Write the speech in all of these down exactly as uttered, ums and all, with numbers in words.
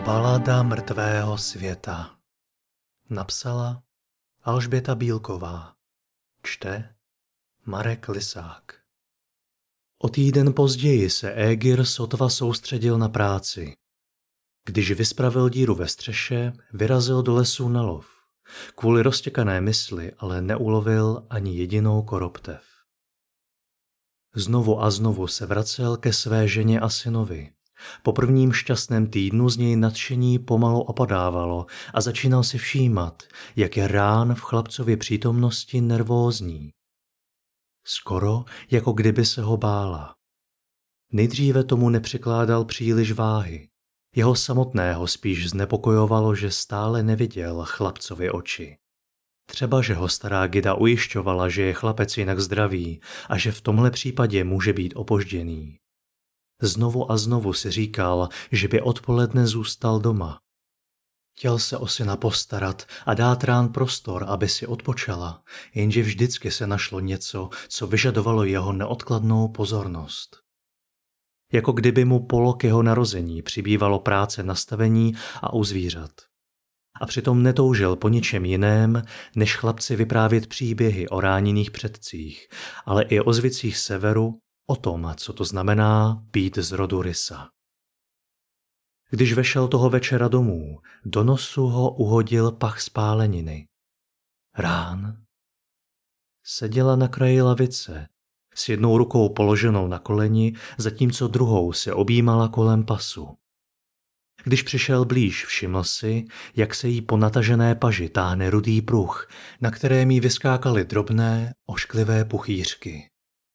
Balada mrtvého světa. Napsala Alžběta Bílková. Čte Marek Lisák. O týden později se Égir sotva soustředil na práci. Když vyspravil díru ve střeše, vyrazil do lesu na lov. Kvůli roztěkané mysli ale neulovil ani jedinou koroptev. Znovu a znovu se vracel ke své ženě a synovi. Po prvním šťastném týdnu z něj nadšení pomalu opadávalo a začínal si všímat, jak je Rán v chlapcově přítomnosti nervózní. Skoro jako kdyby se ho bála. Nejdříve tomu nepřikládal příliš váhy. Jeho samotného spíš znepokojovalo, že stále neviděl chlapcovi oči. Třeba, že ho stará Gida ujišťovala, že je chlapec jinak zdravý a že v tomhle případě může být opožděný. Znovu a znovu si říkal, že by odpoledne zůstal doma. Chtěl se o syna postarat a dát Rán prostor, aby si odpočala, jenže vždycky se našlo něco, co vyžadovalo jeho neodkladnou pozornost. Jako kdyby mu po k jeho narození přibývalo práce na stavení a u zvířat. A přitom netoužil po ničem jiném, než chlapci vyprávět příběhy o ráněných předcích, ale i o zvicích severu, o tom, co to znamená být z rodu rysa. Když vešel toho večera domů, do nosu ho uhodil pach spáleniny. Rán seděla na kraji lavice, s jednou rukou položenou na koleni, zatímco druhou se objímala kolem pasu. Když přišel blíž, všiml si, jak se jí po natažené paži táhne rudý pruh, na kterém jí vyskákaly drobné, ošklivé puchýřky.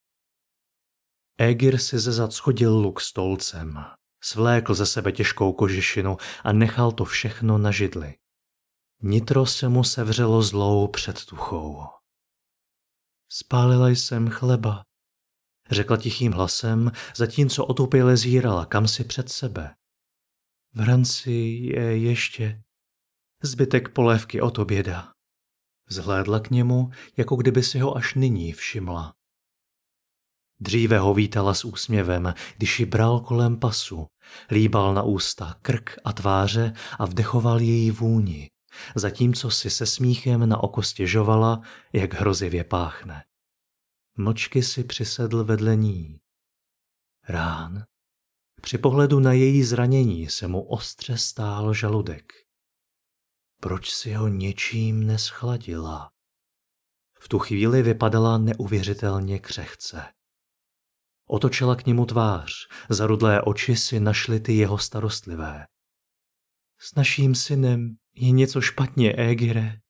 Égir si ze zad schodil luk stolcem, svlékl ze sebe těžkou kožešinu a nechal to všechno na židli. Nitro se mu sevřelo zlou předtuchou. Spálila jsem chleba, řekla tichým hlasem, zatímco otupěle zírala kamsi před sebe. V ranci je ještě zbytek polévky od oběda. Vzhlédla k němu, jako kdyby si ho až nyní všimla. Dříve ho vítala s úsměvem, když ji bral kolem pasu, líbal na ústa, krk a tváře a vdechoval její vůni, zatímco si se smíchem na oko stěžovala, jak hrozivě páchne. Mlčky si přisedl vedle ní. Rán. Při pohledu na její zranění se mu ostře stál žaludek. Proč si ho něčím neschladila? V tu chvíli vypadala neuvěřitelně křehce. Otočila k němu tvář, zarudlé oči si našly ty jeho starostlivé. S naším synem je něco špatně, Égire.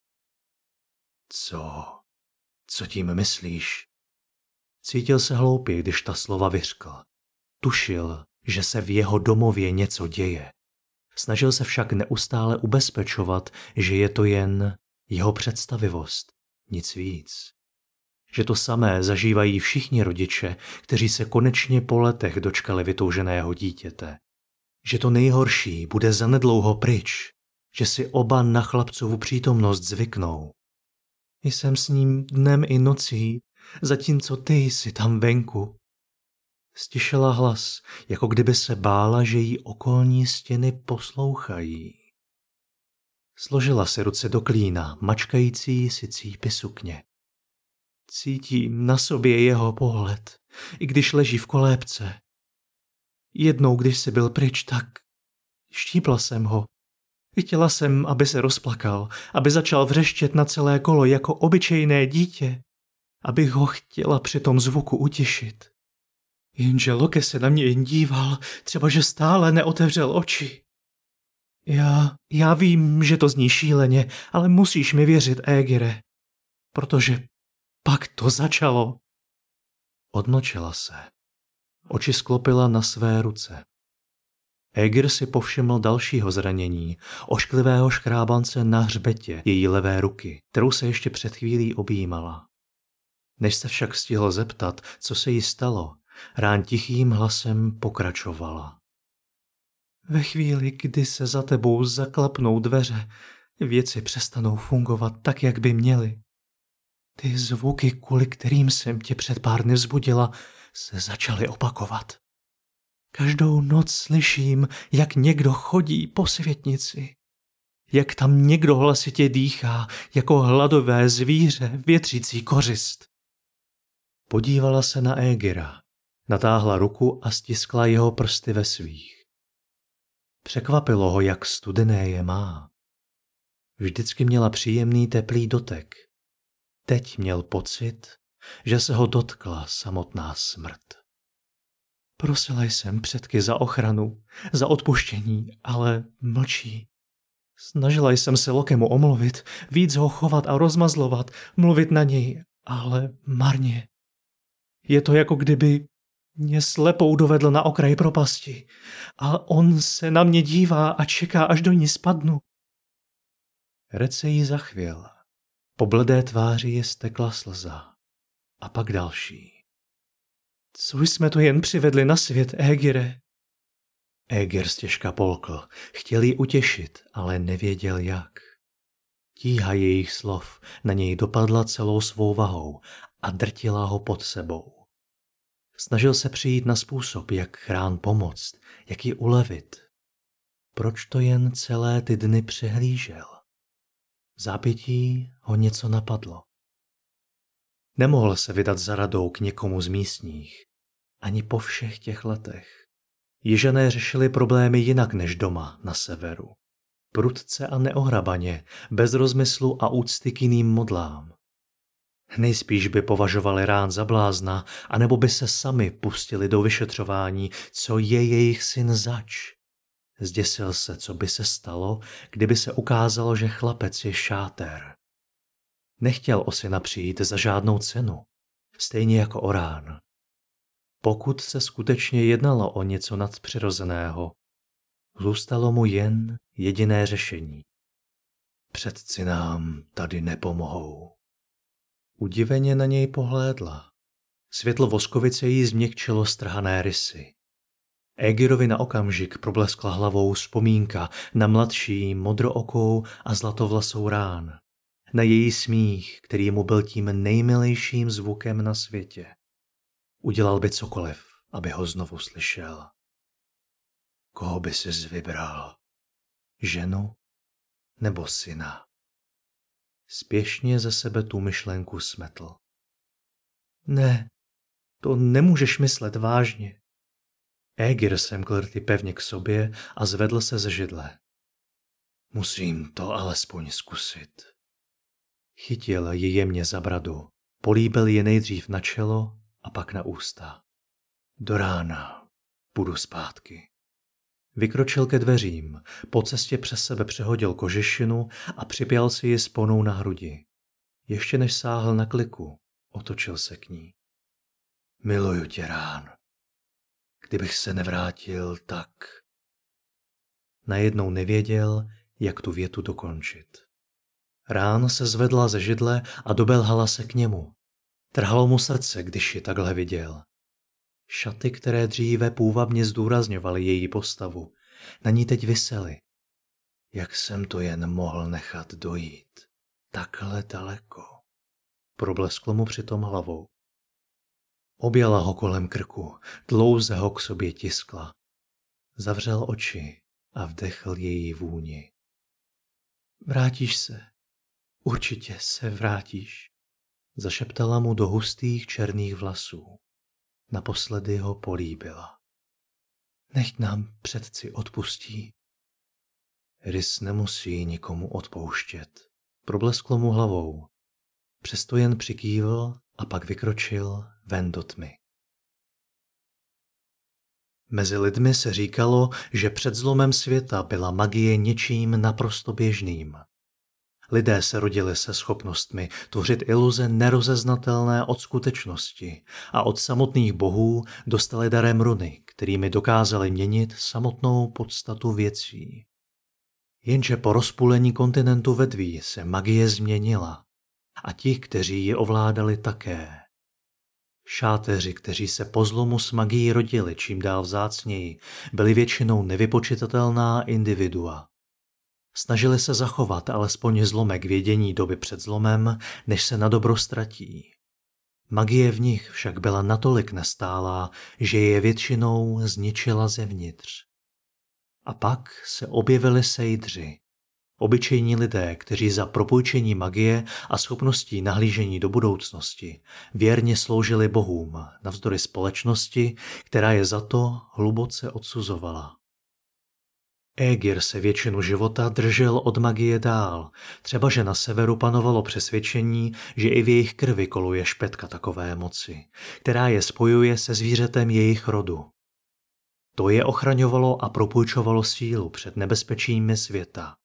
Co? Co tím myslíš? Cítil se hloupě, když ta slova vyřkl. Tušil, že se v jeho domově něco děje. Snažil se však neustále ubezpečovat, že je to jen jeho představivost, nic víc. Že to samé zažívají všichni rodiče, kteří se konečně po letech dočkali vytouženého dítěte. Že to nejhorší bude zanedlouho pryč, že si oba na chlapcovu přítomnost zvyknou. Jsem s ním dnem i nocí, zatímco ty jsi tam venku. Stišila hlas, jako kdyby se bála, že jí okolní stěny poslouchají. Složila si ruce do klína, mačkající si cípy sukně. Cítím na sobě jeho pohled, i když leží v kolébce. Jednou, když jsi byl pryč, tak štípla jsem ho. Chtěla jsem, aby se rozplakal, aby začal vřeštět na celé kolo jako obyčejné dítě, abych ho chtěla při tom zvuku utěšit. Jenže Loke se na mě jen díval, třeba že stále neotevřel oči. Já, já vím, že to zní šíleně, ale musíš mi věřit, Égire, protože pak to začalo. Odmlčela se. Oči sklopila na své ruce. Égir si povšiml dalšího zranění, ošklivého škrábance na hřbetě její levé ruky, kterou se ještě před chvílí objímala. Než se však stihl zeptat, co se jí stalo, Rán tichým hlasem pokračovala. Ve chvíli, kdy se za tebou zaklapnou dveře, věci přestanou fungovat tak, jak by měly. Ty zvuky, kvůli kterým jsem tě před pár dny vzbudila, se začaly opakovat. Každou noc slyším, jak někdo chodí po světnici. Jak tam někdo hlasitě dýchá, jako hladové zvíře větřící kořist. Podívala se na Aegira, natáhla ruku a stiskla jeho prsty ve svých. Překvapilo ho, jak studené je má. Vždycky měla příjemný teplý dotek. Teď měl pocit, že se ho dotkla samotná smrt. Prosila jsem předky za ochranu, za odpuštění, ale mlčí. Snažila jsem se Lokemu omluvit, víc ho chovat a rozmazlovat, mluvit na něj, ale marně. Je to jako kdyby mě slepou dovedl na okraj propasti a on se na mě dívá a čeká, až do ní spadnu. Red se jí zachvěl. Po bledé tváři je stekla slza. A pak další. Co jsme to jen přivedli na svět, Aegire? Aegir stěžka polkl. Chtěl ji utěšit, ale nevěděl jak. Tíha jejich slov na něj dopadla celou svou vahou a drtila ho pod sebou. Snažil se přijít na způsob, jak chrán pomoct, jak ji ulevit. Proč to jen celé ty dny přehlížel? V zápětí ho něco napadlo. Nemohl se vydat za radou k někomu z místních, ani po všech těch letech. Jižané řešili problémy jinak než doma na severu. Prudce a neohrabaně, bez rozmyslu a úcty k jiným modlám. Nejspíš by považovali Rán za blázna, anebo by se sami pustili do vyšetřování, co je jejich syn zač. Zděsil se, co by se stalo, kdyby se ukázalo, že chlapec je šáter. Nechtěl o syna přijít za žádnou cenu, stejně jako o Rán. Pokud se skutečně jednalo o něco nadpřirozeného, zůstalo mu jen jediné řešení. Předci nám tady nepomohou. Udiveně na něj pohlédla. Světlo voskovice jí změkčilo strhané rysy. Aegirovi na okamžik probleskla hlavou vzpomínka na mladší, modrookou a zlatovlasou Rán. Na její smích, který mu byl tím nejmilejším zvukem na světě. Udělal by cokoliv, aby ho znovu slyšel. Koho by sis vybral? Ženu nebo syna? Spěšně ze sebe tu myšlenku smetl. Ne, to nemůžeš myslet vážně. Aegir semkl rty pevně k sobě a zvedl se ze židle. Musím to alespoň zkusit. Chytil ji jemně za bradu, políbil je nejdřív na čelo a pak na ústa. Do rána půjdu zpátky. Vykročil ke dveřím, po cestě přes sebe přehodil kožešinu a připěl si ji sponou na hrudi. Ještě než sáhl na kliku, otočil se k ní. Miluju tě, Rán. Kdybych se nevrátil, tak... Najednou nevěděl, jak tu větu dokončit. Rán se zvedla ze židle a dobelhala se k němu. Trhalo mu srdce, když ji takhle viděl. Šaty, které dříve půvabně zdůrazňovaly její postavu, na ní teď visely. Jak jsem to jen mohl nechat dojít? Takhle daleko. Problesklo mu přitom hlavou. Objala ho kolem krku, dlouze ho k sobě tiskla. Zavřel oči a vdechl její vůni. Vrátíš se. Určitě se vrátíš. Zašeptala mu do hustých černých vlasů. Naposledy ho políbila. Nechť nám předci odpustí. Rys nemusí nikomu odpouštět. Problesklo mu hlavou. Přesto jen přikývl a pak vykročil ven do tmy. Mezi lidmi se říkalo, že před zlomem světa byla magie něčím naprosto běžným. Lidé se rodili se schopnostmi tvořit iluze nerozeznatelné od skutečnosti a od samotných bohů dostali darem runy, kterými dokázali měnit samotnou podstatu věcí. Jenže po rozpůlení kontinentu vedví se magie změnila a ti, kteří ji ovládali, také. Šáteři, kteří se po zlomu s magií rodili čím dál vzácněji, byli většinou nevypočitatelná individua. Snažili se zachovat alespoň zlomek vědění doby před zlomem, než se na dobro ztratí. Magie v nich však byla natolik nestálá, že je většinou zničila zevnitř. A pak se objevili sejdři, obyčejní lidé, kteří za propůjčení magie a schopností nahlížení do budoucnosti věrně sloužili bohům navzdory společnosti, která je za to hluboce odsuzovala. Aegir se většinu života držel od magie dál, třeba že na severu panovalo přesvědčení, že i v jejich krvi koluje špetka takové moci, která je spojuje se zvířetem jejich rodu. To je ochraňovalo a propůjčovalo sílu před nebezpečími světa.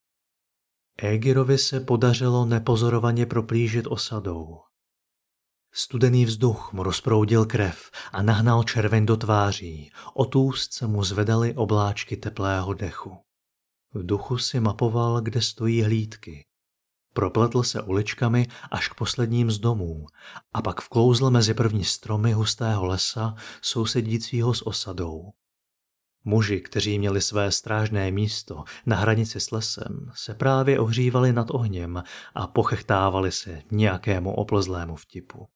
Aegirovi se podařilo nepozorovaně proplížit osadou. Studený vzduch mu rozproudil krev a nahnal červeň do tváří, od úst se mu zvedaly obláčky teplého dechu. V duchu si mapoval, kde stojí hlídky. Propletl se uličkami až k posledním z domů a pak vklouzl mezi první stromy hustého lesa sousedícího s osadou. Muži, kteří měli své strážné místo na hranici s lesem, se právě ohřívali nad ohněm a pochechtávali se nějakému oplzlému vtipu.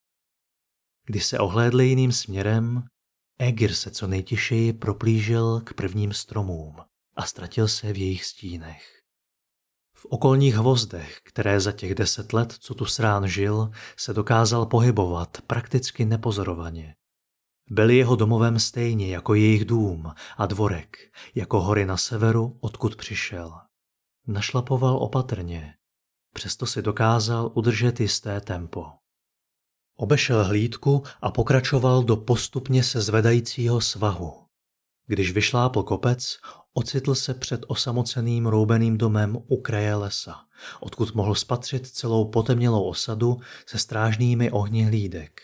Když se ohlédli jiným směrem, Aegir se co nejtišeji proplížil k prvním stromům a ztratil se v jejich stínech. V okolních hvozdech, které za těch deset let, co tu srán žil, se dokázal pohybovat prakticky nepozorovaně. Byli jeho domovem stejně jako jejich dům a dvorek, jako hory na severu, odkud přišel. Našlapoval opatrně, přesto si dokázal udržet jisté tempo. Obešel hlídku a pokračoval do postupně se zvedajícího svahu. Když vyšlápl kopec, ocitl se před osamoceným roubeným domem u kraje lesa, odkud mohl spatřit celou potemnělou osadu se strážnými ohni hlídek.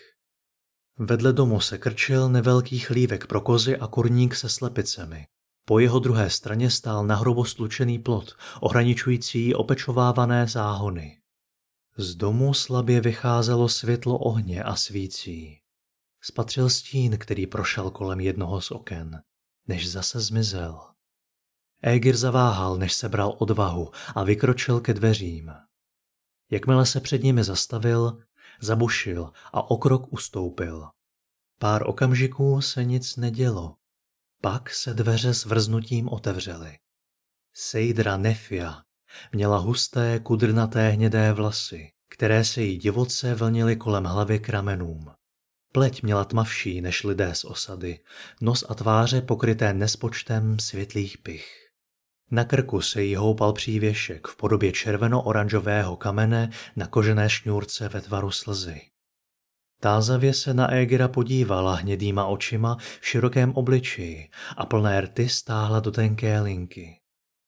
Vedle domu se krčil nevelký chlívek pro kozy a kurník se slepicemi. Po jeho druhé straně stál nahrubo stlučený plot, ohraničující opečovávané záhony. Z domu slabě vycházelo světlo ohně a svící. Spatřil stín, který prošel kolem jednoho z oken, než zase zmizel. Aegir zaváhal, než sebral odvahu a vykročil ke dveřím. Jakmile se před nimi zastavil, zabušil a o krok ustoupil. Pár okamžiků se nic nedělo. Pak se dveře s vrznutím otevřely. Sejdra Nefia měla husté, kudrnaté hnědé vlasy, které se jí divoce vlnily kolem hlavy k ramenům. Pleť měla tmavší než lidé z osady, nos a tváře pokryté nespočtem světlých pich. Na krku se jí houpal přívěšek v podobě červeno-oranžového kamene na kožené šňůrce ve tvaru slzy. Tázavě se na Aegira podívala hnědýma očima v širokém obličeji a plné rty stáhla do tenké linky.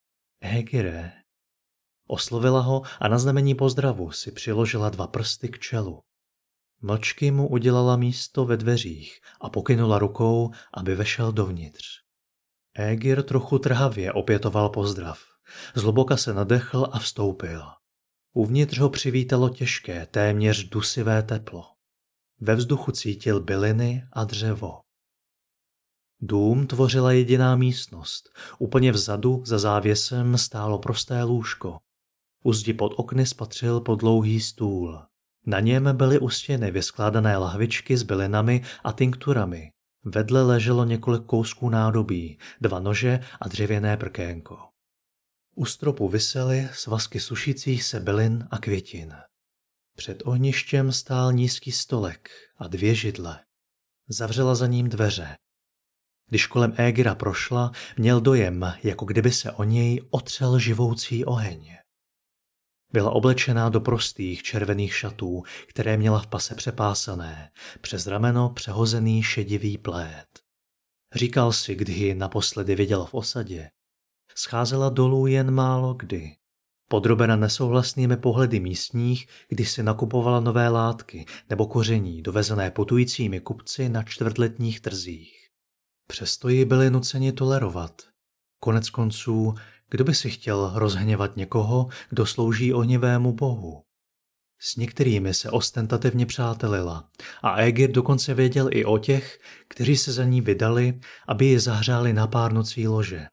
Aegire. Oslovila ho a na znamení pozdravu si přiložila dva prsty k čelu. Mlčky mu udělala místo ve dveřích a pokynula rukou, aby vešel dovnitř. Aegir trochu trhavě opětoval pozdrav. Zhluboka se nadechl a vstoupil. Uvnitř ho přivítalo těžké, téměř dusivé teplo. Ve vzduchu cítil byliny a dřevo. Dům tvořila jediná místnost. Úplně vzadu za závěsem stálo prosté lůžko. U zdi pod okny spatřil podlouhý stůl. Na něm byly u stěny vyskládané lahvičky s bylinami a tinkturami. Vedle leželo několik kousků nádobí, dva nože a dřevěné prkénko. U stropu visely svazky sušících se bylin a květin. Před ohništěm stál nízký stolek a dvě židle. Zavřela za ním dveře. Když kolem Aegira prošla, měl dojem, jako kdyby se o něj otřel živoucí oheň. Byla oblečená do prostých červených šatů, které měla v pase přepásané, přes rameno přehozený šedivý plét. Říkal si, kdy ji naposledy viděl v osadě. Scházela dolů jen málo kdy. Podrobena nesouhlasnými pohledy místních, když si nakupovala nové látky nebo koření dovezené putujícími kupci na čtvrtletních trzích. Přesto ji byli nuceni tolerovat. Konec konců, kdo by si chtěl rozhněvat někoho, kdo slouží ohnivému bohu? S některými se ostentativně přátelila a Aegir dokonce věděl i o těch, kteří se za ní vydali, aby ji zahřáli na pár nocí lože.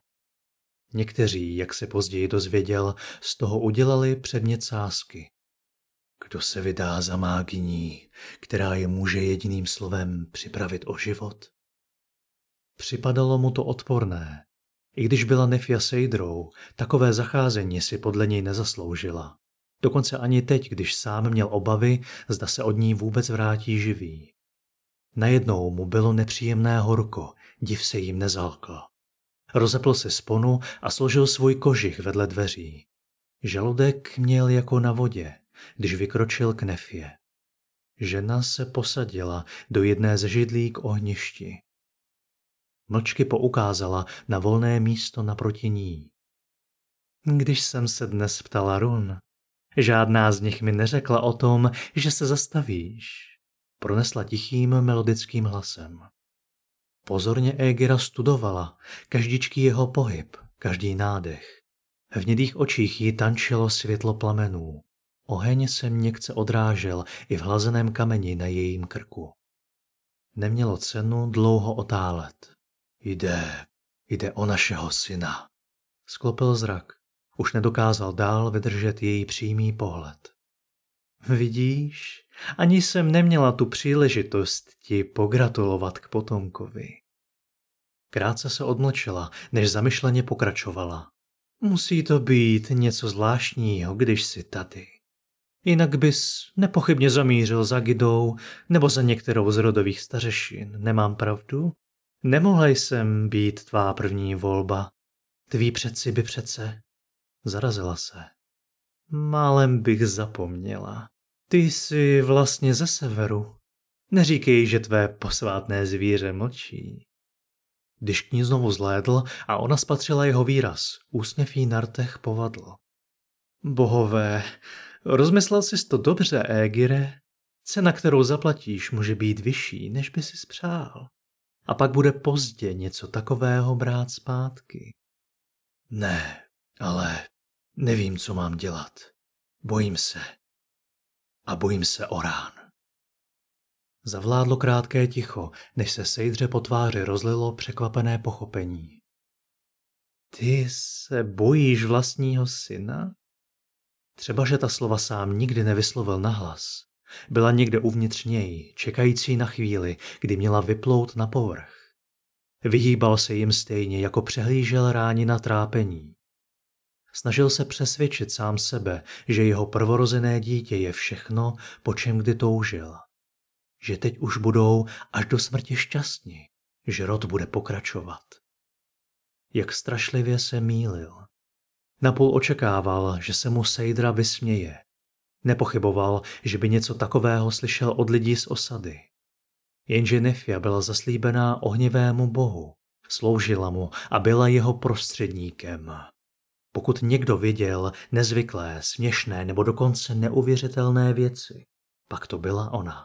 Někteří, jak se později dozvěděl, z toho udělali předmět sázky. kdo se vydá za mágyní, která je může jediným slovem připravit o život? Připadalo mu to odporné. I když byla Nefja sejdrou, takové zacházení si podle něj nezasloužila. Dokonce ani teď, když sám měl obavy, zda se od ní vůbec vrátí živý. Najednou mu bylo nepříjemné horko, div se jim nezalkl. Rozepl si sponu a složil svůj kožich vedle dveří. Žaludek měl jako na vodě, když vykročil k Nefje. Žena se posadila do jedné ze židlí k ohništi. Mlčky poukázala na volné místo naproti ní. Když jsem se dnes ptala run, žádná z nich mi neřekla o tom, že se zastavíš, pronesla tichým melodickým hlasem. Pozorně Aegira studovala každičký jeho pohyb, každý nádech. V hnědých očích jí tančilo světlo plamenů. Oheň se měkce odrážel i v hlazeném kameni na jejím krku. Nemělo cenu dlouho otálet. Jde, jde o našeho syna. Sklopil zrak. Už nedokázal dál vydržet její přímý pohled. Vidíš, ani jsem neměla tu příležitost ti pogratulovat k potomkovi. Krátce se odmlčela, než zamyšleně pokračovala. Musí to být něco zvláštního, když jsi tady. Jinak bys nepochybně zamířil za Gidou nebo za některou z rodových stařešin, nemám pravdu? Nemohla jsem být tvá první volba. Tví předci by přece... Zarazila se. Málem bych zapomněla. Ty jsi vlastně ze severu. Neříkej, že tvé posvátné zvíře mlčí. Když k ní znovu zhlédl a ona spatřila jeho výraz, úsměv jí na rtech povadl. Bohové, rozmyslel jsi to dobře, Aegire? Cena, kterou zaplatíš, může být vyšší, než by si spřál. A pak bude pozdě něco takového brát zpátky. Ne, ale nevím, co mám dělat. Bojím se. A bojím se o rán. Zavládlo krátké ticho, než se sejdře po tváři rozlilo překvapené pochopení. Ty se bojíš vlastního syna? Třeba, že ta slova sám nikdy nevyslovil nahlas. Byla někde uvnitř něj, čekající na chvíli, kdy měla vyplout na povrch. Vyhýbal se jim stejně, jako přehlížel ráni na trápení. Snažil se přesvědčit sám sebe, že jeho prvorozené dítě je všechno, po čem kdy toužil. Že teď už budou až do smrti šťastní, že rod bude pokračovat. Jak strašlivě se mýlil. Napůl očekával, že se mu sejdra vysměje. Nepochyboval, že by něco takového slyšel od lidí z osady. Jenže Nefja byla zaslíbená ohnivému bohu, sloužila mu a byla jeho prostředníkem. Pokud někdo viděl nezvyklé, směšné nebo dokonce neuvěřitelné věci, pak to byla ona.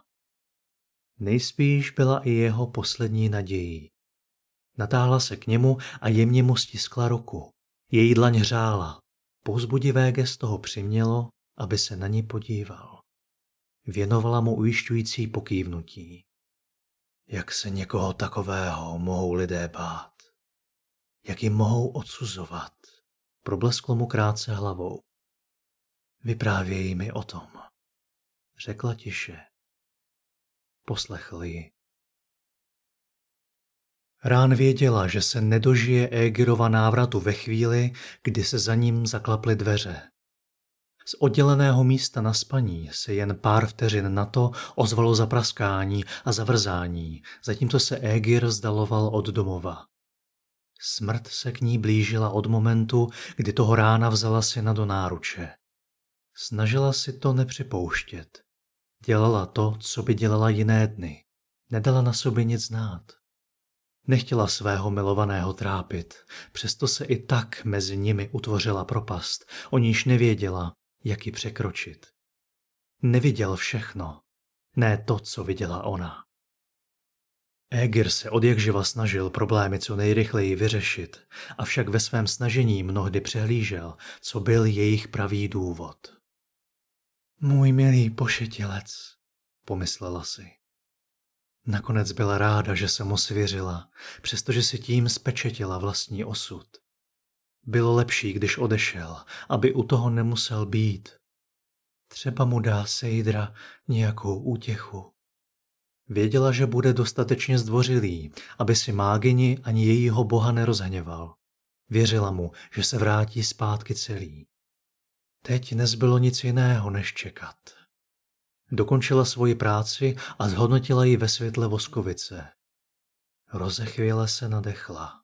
Nejspíš byla i jeho poslední nadějí. Natáhla se k němu a jemně mu stiskla ruku. Její dlaň hřála. Povzbudivé gesto ho přimělo, aby se na ní podíval. Věnovala mu ujišťující pokývnutí. Jak se někoho takového mohou lidé bát? Jak jim mohou odsuzovat? Problesklo mu krátce hlavou. Vyprávěj mi o tom, řekla tiše. Poslechl ji. Rán věděla, že se nedožije Aegirova návratu ve chvíli, kdy se za ním zaklaply dveře. Z odděleného místa na spaní se jen pár vteřin na to ozvalo zapraskání a zavrzání, zatímco se Aegir vzdaloval od domova. Smrt se k ní blížila od momentu, kdy toho rána vzala syna do náruče. Snažila si to nepřipouštět. Dělala to, co by dělala jiné dny. Nedala na sobě nic znát. Nechtěla svého milovaného trápit, přesto se i tak mezi nimi utvořila propast, o níž nevěděla, jak ji překročit. Neviděl všechno, ne to, co viděla ona. Aegir se odjakživa snažil problémy co nejrychleji vyřešit, avšak ve svém snažení mnohdy přehlížel, co byl jejich pravý důvod. Můj milý pošetilec, pomyslela si. Nakonec byla ráda, že se mu svěřila, přestože si tím spečetila vlastní osud. Bylo lepší, když odešel, aby u toho nemusel být. Třeba mu dá Sejdra nějakou útěchu. Věděla, že bude dostatečně zdvořilý, aby si mágyni ani jejího boha nerozhněval. Věřila mu, že se vrátí zpátky celý. Teď nezbylo nic jiného, než čekat. Dokončila svoji práci a zhodnotila ji ve světle voskovice. Rozechvěle se nadechla.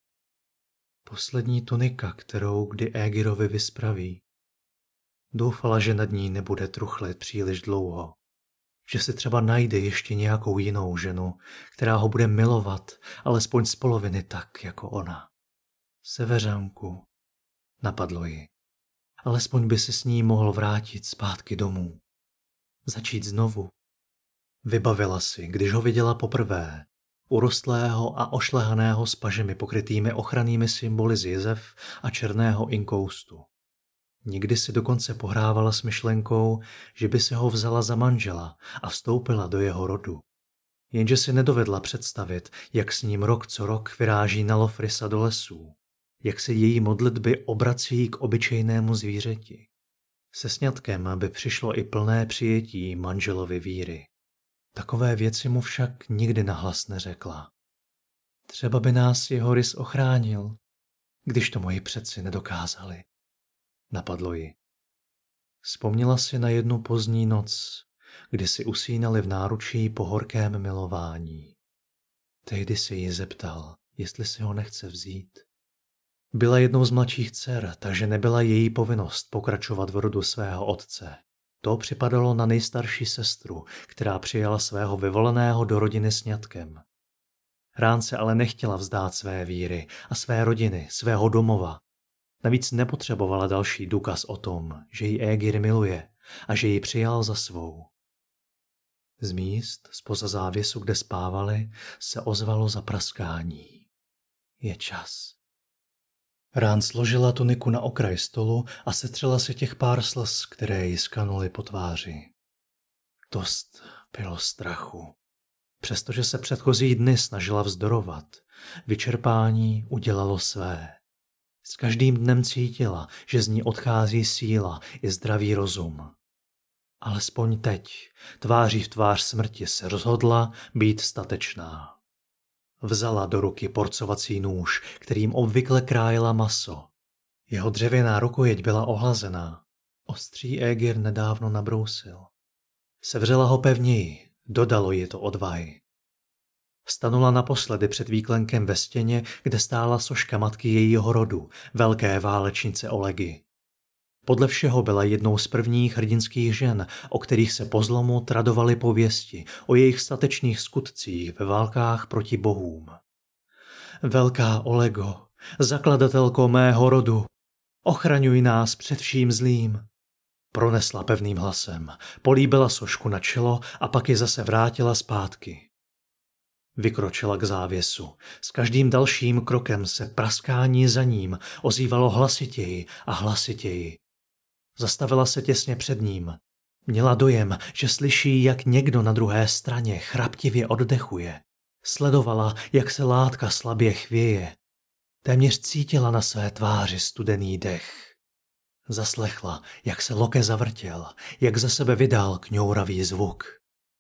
Poslední tunika, kterou kdy Aegirovi vyspraví. Doufala, že nad ní nebude truchlet příliš dlouho. Že si třeba najde ještě nějakou jinou ženu, která ho bude milovat, alespoň z poloviny tak, jako ona. Seveřanku, napadlo ji. Alespoň by se s ní mohl vrátit zpátky domů. Začít znovu. Vybavila si, když ho viděla poprvé, urostlého a ošlehaného s pažemi pokrytými ochrannými symboly z jezev a černého inkoustu. Nikdy si dokonce pohrávala s myšlenkou, že by si ho vzala za manžela a vstoupila do jeho rodu. Jenže si nedovedla představit, jak s ním rok co rok vyráží na lov rysa do lesů, jak se její modlitby obrací k obyčejnému zvířeti. Se sňatkem by přišlo i plné přijetí manželovy víry. Takové věci mu však nikdy nahlas neřekla. Třeba by nás jeho rys ochránil, když to moji předci nedokázali. Napadlo ji. Vzpomněla si na jednu pozdní noc, kdy si usínali v náručí po horkém milování. Tehdy si ji zeptal, jestli si ho nechce vzít. Byla jednou z mladších dcer, takže nebyla její povinnost pokračovat v rodu svého otce. To připadalo na nejstarší sestru, která přijala svého vyvoleného do rodiny sňatkem. Rán se ale nechtěla vzdát své víry a své rodiny, svého domova. Navíc nepotřebovala další důkaz o tom, že ji Aegir miluje a že ji přijal za svou. Z míst, zpoza závěsu, kde spávali, se ozvalo zapraskání. Je čas. Rán složila tuniku na okraj stolu a setřela si těch pár slz, které jí skanuly po tváři. Dost bylo strachu. Přestože se předchozí dny snažila vzdorovat, vyčerpání udělalo své. S každým dnem cítila, že z ní odchází síla i zdravý rozum. Alespoň teď, tváří v tvář smrti, se rozhodla být statečná. Vzala do ruky porcovací nůž, kterým obvykle krájela maso. Jeho dřevěná rukojeť byla ohlazená. Ostří Aegir nedávno nabrousil. Sevřela ho pevněji, dodalo ji to odvahy. Stanula naposledy před výklenkem ve stěně, kde stála soška matky jejího rodu, velké válečnice Olegy. Podle všeho byla jednou z prvních hrdinských žen, o kterých se po zlomu tradovaly pověsti o jejich statečných skutcích ve válkách proti bohům. Velká Olego, zakladatelko mého rodu, ochraňuj nás před vším zlým. Pronesla pevným hlasem, políbila sošku na čelo a pak ji zase vrátila zpátky. Vykročila k závěsu. S každým dalším krokem se praskání za ním ozývalo hlasitěji a hlasitěji. Zastavila se těsně před ním. Měla dojem, že slyší, jak někdo na druhé straně chraptivě oddechuje. Sledovala, jak se látka slabě chvěje. Téměř cítila na své tváři studený dech. Zaslechla, jak se Loke zavrtěl, jak ze sebe vydal kňouravý zvuk.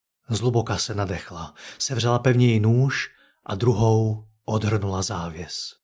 Zluboka se nadechla, sevřela pevněji nůž a druhou odhrnula závěs.